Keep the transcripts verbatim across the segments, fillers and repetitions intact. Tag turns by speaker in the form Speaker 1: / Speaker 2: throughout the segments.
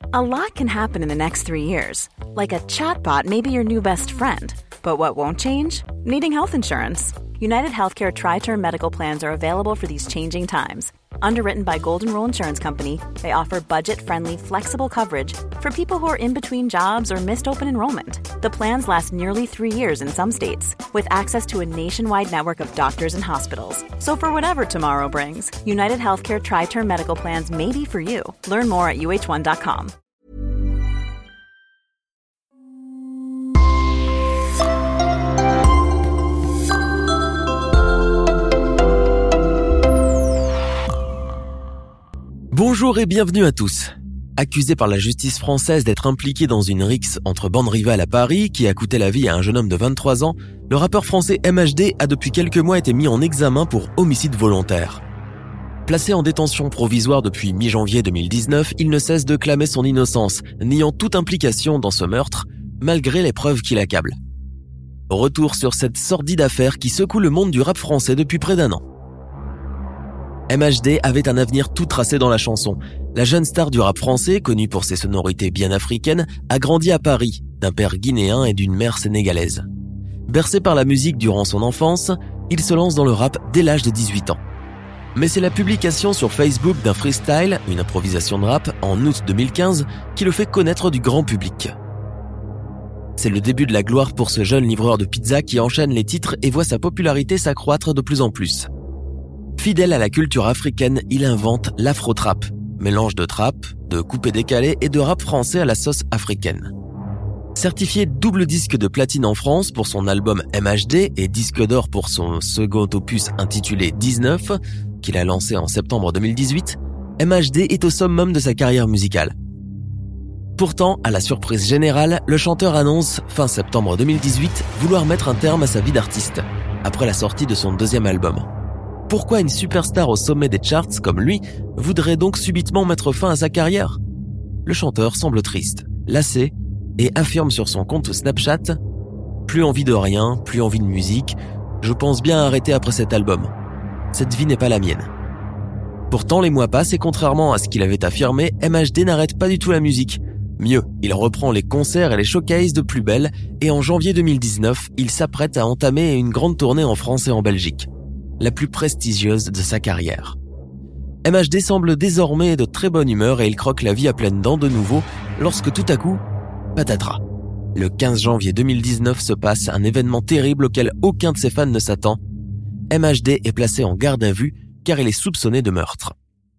Speaker 1: A lot can happen in the next three years. Like a chatbot may be your new best friend. But what won't change? Needing health insurance. United Healthcare Tri-Term Medical Plans are available for these changing times. Underwritten by Golden Rule Insurance Company, they offer budget-friendly, flexible coverage for people who are in between jobs or missed open enrollment. The plans last nearly three years in some states, with access to a nationwide network of doctors and hospitals. So for whatever tomorrow brings, United Healthcare Tri-Term Medical Plans may be for you. Learn more at U H one dot com.
Speaker 2: Bonjour et bienvenue à tous. Accusé par la justice française d'être impliqué dans une rixe entre bandes rivales à Paris qui a coûté la vie à un jeune homme de vingt-trois ans, le rappeur français M H D a depuis quelques mois été mis en examen pour homicide volontaire. Placé en détention provisoire depuis mi-janvier deux mille dix-neuf, il ne cesse de clamer son innocence, niant toute implication dans ce meurtre, malgré les preuves qui l'accablent. Retour sur cette sordide affaire qui secoue le monde du rap français depuis près d'un an. M H D avait un avenir tout tracé dans la chanson. La jeune star du rap français, connue pour ses sonorités bien africaines, a grandi à Paris, d'un père guinéen et d'une mère sénégalaise. Bercé par la musique durant son enfance, il se lance dans le rap dès l'âge de dix-huit ans. Mais c'est la publication sur Facebook d'un freestyle, une improvisation de rap, en août deux mille quinze, qui le fait connaître du grand public. C'est le début de la gloire pour ce jeune livreur de pizza qui enchaîne les titres et voit sa popularité s'accroître de plus en plus. Fidèle à la culture africaine, il invente l'afro-trap, mélange de trap, de coupé-décalé et de rap français à la sauce africaine. Certifié double disque de platine en France pour son album M H D et disque d'or pour son second opus intitulé dix-neuf, qu'il a lancé en septembre deux mille dix-huit, M H D est au summum de sa carrière musicale. Pourtant, à la surprise générale, le chanteur annonce, fin septembre deux mille dix-huit, vouloir mettre un terme à sa vie d'artiste, après la sortie de son deuxième album. Pourquoi une superstar au sommet des charts comme lui voudrait donc subitement mettre fin à sa carrière ? Le chanteur semble triste, lassé et affirme sur son compte Snapchat « Plus envie de rien, plus envie de musique, je pense bien arrêter après cet album. Cette vie n'est pas la mienne. » Pourtant, les mois passent et contrairement à ce qu'il avait affirmé, M H D n'arrête pas du tout la musique. Mieux, il reprend les concerts et les showcases de plus belle et en janvier deux mille dix-neuf, il s'apprête à entamer une grande tournée en France et en Belgique, la plus prestigieuse de sa carrière. M H D semble désormais de très bonne humeur et il croque la vie à pleines dents de nouveau lorsque tout à coup, patatras. Le quinze janvier deux mille dix-neuf se passe un événement terrible auquel aucun de ses fans ne s'attend. M H D est placé en garde à vue car il est soupçonné de meurtre.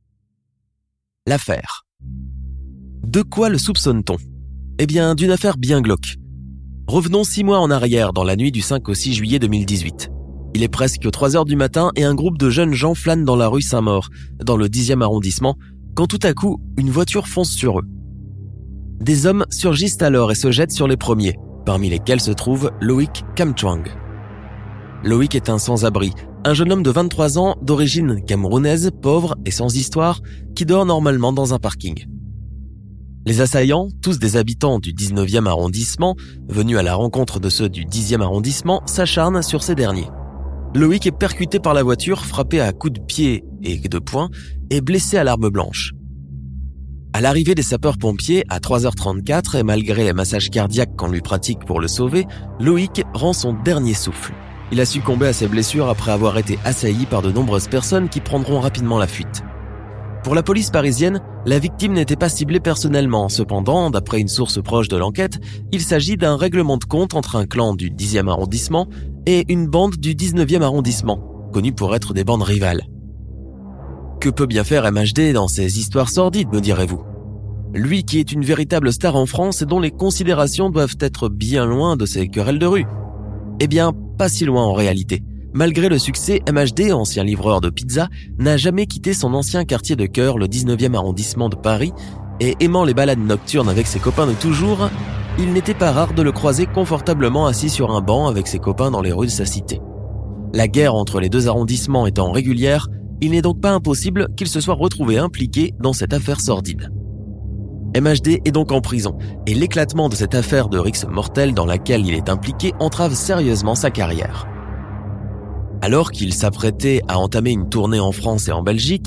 Speaker 2: L'affaire. De quoi le soupçonne-t-on ? Eh bien, d'une affaire bien glauque. Revenons six mois en arrière, dans la nuit du cinq au six juillet deux mille dix-huit. Il est presque trois heures du matin et un groupe de jeunes gens flânent dans la rue Saint-Maur, dans le dixième arrondissement, quand tout à coup, une voiture fonce sur eux. Des hommes surgissent alors et se jettent sur les premiers, parmi lesquels se trouve Loïc Kamchwang. Loïc est un sans-abri, un jeune homme de vingt-trois ans, d'origine camerounaise, pauvre et sans histoire, qui dort normalement dans un parking. Les assaillants, tous des habitants du dix-neuvième arrondissement, venus à la rencontre de ceux du dixième arrondissement, s'acharnent sur ces derniers. Loïc est percuté par la voiture, frappé à coups de pied et de poing, et blessé à l'arme blanche. À l'arrivée des sapeurs-pompiers, à trois heures trente-quatre, et malgré les massages cardiaques qu'on lui pratique pour le sauver, Loïc rend son dernier souffle. Il a succombé à ses blessures après avoir été assailli par de nombreuses personnes qui prendront rapidement la fuite. Pour la police parisienne, la victime n'était pas ciblée personnellement. Cependant, d'après une source proche de l'enquête, il s'agit d'un règlement de compte entre un clan du dixième arrondissement et une bande du dix-neuvième arrondissement, connue pour être des bandes rivales. Que peut bien faire M H D dans ces histoires sordides, me direz-vous ? Lui qui est une véritable star en France et dont les considérations doivent être bien loin de ces querelles de rue. Eh bien, pas si loin en réalité. Malgré le succès, M H D, ancien livreur de pizza, n'a jamais quitté son ancien quartier de cœur, le dix-neuvième arrondissement de Paris, et aimant les balades nocturnes avec ses copains de toujours, il n'était pas rare de le croiser confortablement assis sur un banc avec ses copains dans les rues de sa cité. La guerre entre les deux arrondissements étant régulière, il n'est donc pas impossible qu'il se soit retrouvé impliqué dans cette affaire sordide. M H D est donc en prison, et l'éclatement de cette affaire de rixe mortelle dans laquelle il est impliqué entrave sérieusement sa carrière. Alors qu'il s'apprêtait à entamer une tournée en France et en Belgique,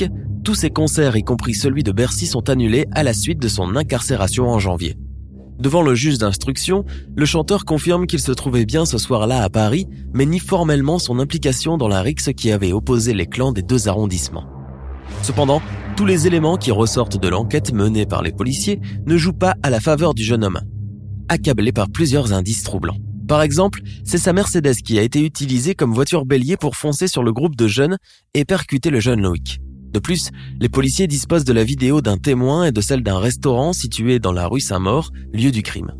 Speaker 2: Tous ses concerts, y compris celui de Bercy, sont annulés à la suite de son incarcération en janvier. Devant le juge d'instruction, le chanteur confirme qu'il se trouvait bien ce soir-là à Paris, mais nie formellement son implication dans la rixe qui avait opposé les clans des deux arrondissements. Cependant, tous les éléments qui ressortent de l'enquête menée par les policiers ne jouent pas à la faveur du jeune homme, accablé par plusieurs indices troublants. Par exemple, c'est sa Mercedes qui a été utilisée comme voiture bélier pour foncer sur le groupe de jeunes et percuter le jeune Loïc. De plus, les policiers disposent de la vidéo d'un témoin et de celle d'un restaurant situé dans la rue Saint-Maur, lieu du crime.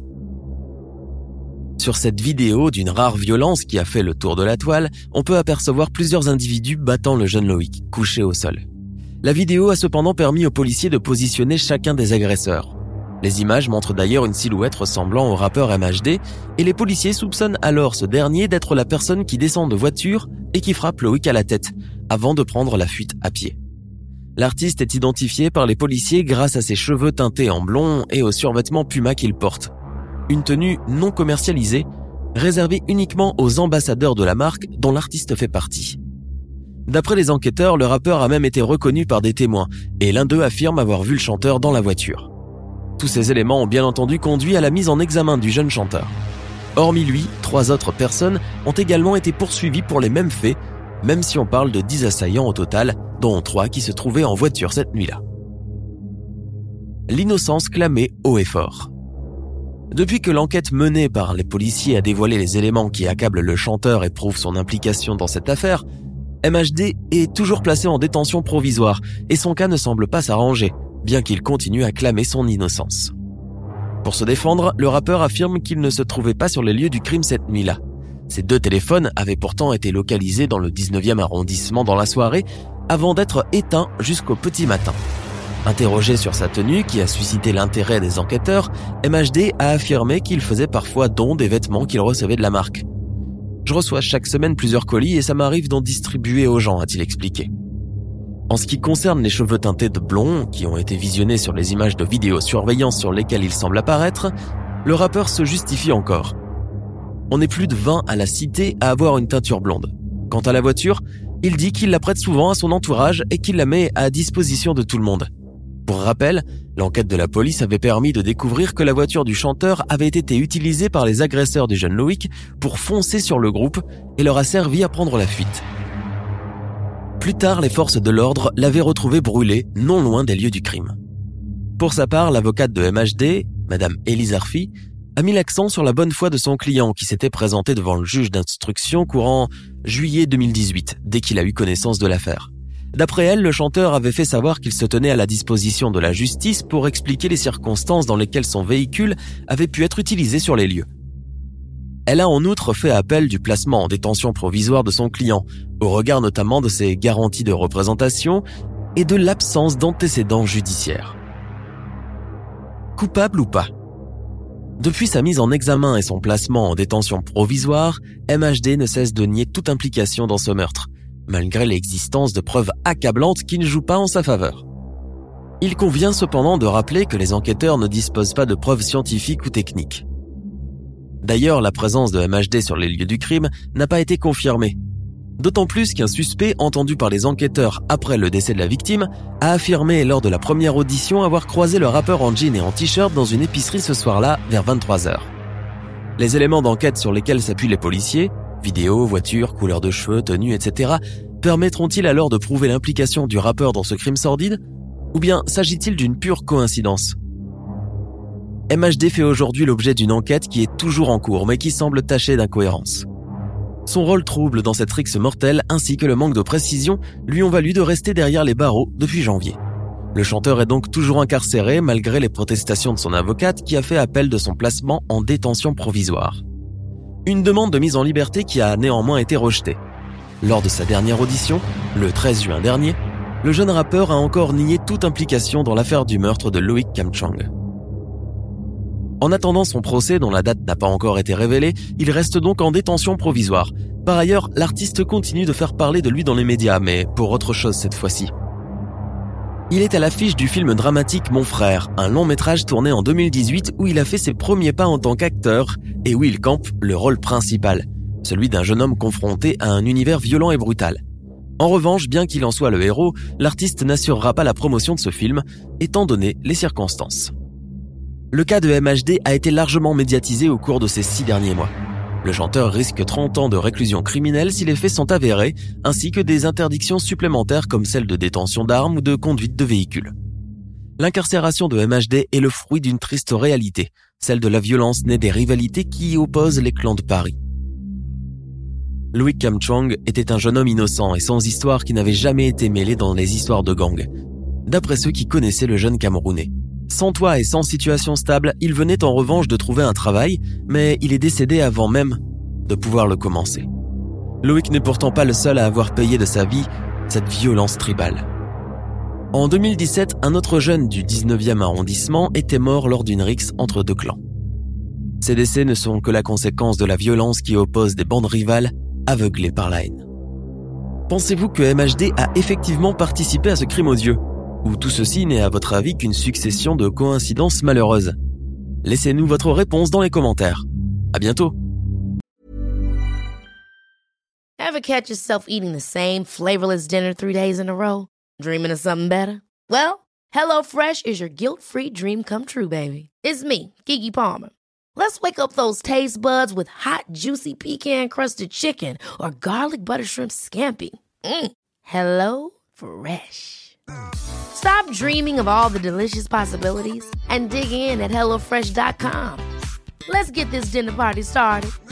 Speaker 2: Sur cette vidéo d'une rare violence qui a fait le tour de la toile, on peut apercevoir plusieurs individus battant le jeune Loïc, couché au sol. La vidéo a cependant permis aux policiers de positionner chacun des agresseurs. Les images montrent d'ailleurs une silhouette ressemblant au rappeur M H D et les policiers soupçonnent alors ce dernier d'être la personne qui descend de voiture et qui frappe Loïc à la tête, avant de prendre la fuite à pied. L'artiste est identifié par les policiers grâce à ses cheveux teintés en blond et au survêtement Puma qu'il porte. Une tenue non commercialisée, réservée uniquement aux ambassadeurs de la marque dont l'artiste fait partie. D'après les enquêteurs, le rappeur a même été reconnu par des témoins et l'un d'eux affirme avoir vu le chanteur dans la voiture. Tous ces éléments ont bien entendu conduit à la mise en examen du jeune chanteur. Hormis lui, trois autres personnes ont également été poursuivies pour les mêmes faits, même si on parle de dix assaillants au total, dont trois qui se trouvaient en voiture cette nuit-là. L'innocence clamée haut et fort. Depuis que l'enquête menée par les policiers a dévoilé les éléments qui accablent le chanteur et prouvent son implication dans cette affaire, M H D est toujours placé en détention provisoire et son cas ne semble pas s'arranger, bien qu'il continue à clamer son innocence. Pour se défendre, le rappeur affirme qu'il ne se trouvait pas sur les lieux du crime cette nuit-là. Ces deux téléphones avaient pourtant été localisés dans le dix-neuvième arrondissement dans la soirée, avant d'être éteints jusqu'au petit matin. Interrogé sur sa tenue qui a suscité l'intérêt des enquêteurs, M H D a affirmé qu'il faisait parfois don des vêtements qu'il recevait de la marque. « Je reçois chaque semaine plusieurs colis et ça m'arrive d'en distribuer aux gens », a-t-il expliqué. En ce qui concerne les cheveux teintés de blond, qui ont été visionnés sur les images de vidéosurveillance sur lesquelles il semble apparaître, le rappeur se justifie encore. On est plus de vingt à la cité à avoir une teinture blonde. Quant à la voiture, il dit qu'il la prête souvent à son entourage et qu'il la met à disposition de tout le monde. Pour rappel, l'enquête de la police avait permis de découvrir que la voiture du chanteur avait été utilisée par les agresseurs du jeune Loïc pour foncer sur le groupe et leur a servi à prendre la fuite. Plus tard, les forces de l'ordre l'avaient retrouvé brûlé non loin des lieux du crime. Pour sa part, l'avocate de M H D, Madame Élise Arfi, a mis l'accent sur la bonne foi de son client qui s'était présenté devant le juge d'instruction courant juillet deux mille dix-huit, dès qu'il a eu connaissance de l'affaire. D'après elle, le chanteur avait fait savoir qu'il se tenait à la disposition de la justice pour expliquer les circonstances dans lesquelles son véhicule avait pu être utilisé sur les lieux. Elle a en outre fait appel du placement en détention provisoire de son client, au regard notamment de ses garanties de représentation et de l'absence d'antécédents judiciaires. Coupable ou pas ? Depuis sa mise en examen et son placement en détention provisoire, M H D ne cesse de nier toute implication dans ce meurtre, malgré l'existence de preuves accablantes qui ne jouent pas en sa faveur. Il convient cependant de rappeler que les enquêteurs ne disposent pas de preuves scientifiques ou techniques. D'ailleurs, la présence de M H D sur les lieux du crime n'a pas été confirmée. D'autant plus qu'un suspect, entendu par les enquêteurs après le décès de la victime, a affirmé lors de la première audition avoir croisé le rappeur en jean et en t-shirt dans une épicerie ce soir-là, vers vingt-trois heures. Les éléments d'enquête sur lesquels s'appuient les policiers, vidéos, voitures, couleur de cheveux, tenue, et cetera, permettront-ils alors de prouver l'implication du rappeur dans ce crime sordide ? Ou bien s'agit-il d'une pure coïncidence ? M H D fait aujourd'hui l'objet d'une enquête qui est toujours en cours, mais qui semble tachée d'incohérence. Son rôle trouble dans cette rixe mortelle ainsi que le manque de précision lui ont valu de rester derrière les barreaux depuis janvier. Le chanteur est donc toujours incarcéré malgré les protestations de son avocate qui a fait appel de son placement en détention provisoire. Une demande de mise en liberté qui a néanmoins été rejetée. Lors de sa dernière audition, le treize juin dernier, le jeune rappeur a encore nié toute implication dans l'affaire du meurtre de Loïc Kamchang. En attendant son procès dont la date n'a pas encore été révélée, il reste donc en détention provisoire. Par ailleurs, l'artiste continue de faire parler de lui dans les médias, mais pour autre chose cette fois-ci. Il est à l'affiche du film dramatique Mon frère, un long métrage tourné en deux mille dix-huit où il a fait ses premiers pas en tant qu'acteur et où il campe le rôle principal, celui d'un jeune homme confronté à un univers violent et brutal. En revanche, bien qu'il en soit le héros, l'artiste n'assurera pas la promotion de ce film, étant donné les circonstances. Le cas de M H D a été largement médiatisé au cours de ces six derniers mois. Le chanteur risque trente ans de réclusion criminelle si les faits sont avérés, ainsi que des interdictions supplémentaires comme celle de détention d'armes ou de conduite de véhicule. L'incarcération de M H D est le fruit d'une triste réalité, celle de la violence née des rivalités qui opposent les clans de Paris. Louis Kam Chong était un jeune homme innocent et sans histoire qui n'avait jamais été mêlé dans les histoires de gang. D'après ceux qui connaissaient le jeune Camerounais. Sans toit et sans situation stable, il venait en revanche de trouver un travail, mais il est décédé avant même de pouvoir le commencer. Loïc n'est pourtant pas le seul à avoir payé de sa vie cette violence tribale. En deux mille dix-sept, un autre jeune du dix-neuvième arrondissement était mort lors d'une rixe entre deux clans. Ces décès ne sont que la conséquence de la violence qui oppose des bandes rivales aveuglées par la haine. Pensez-vous que M H D a effectivement participé à ce crime odieux ? Ou tout ceci n'est à votre avis qu'une succession de coïncidences malheureuses ? Laissez-nous votre réponse dans les commentaires. À bientôt.
Speaker 3: Ever catch yourself eating the same flavorless dinner three days in a row? Dreaming of something better? Well, HelloFresh is your guilt-free dream come true, baby. It's me, Keke Palmer. Let's wake up those taste buds with hot, juicy pecan-crusted chicken or garlic butter shrimp scampi. Mm. Hello Fresh. Stop dreaming of all the delicious possibilities and dig in at hello fresh dot com. Let's get this dinner party started.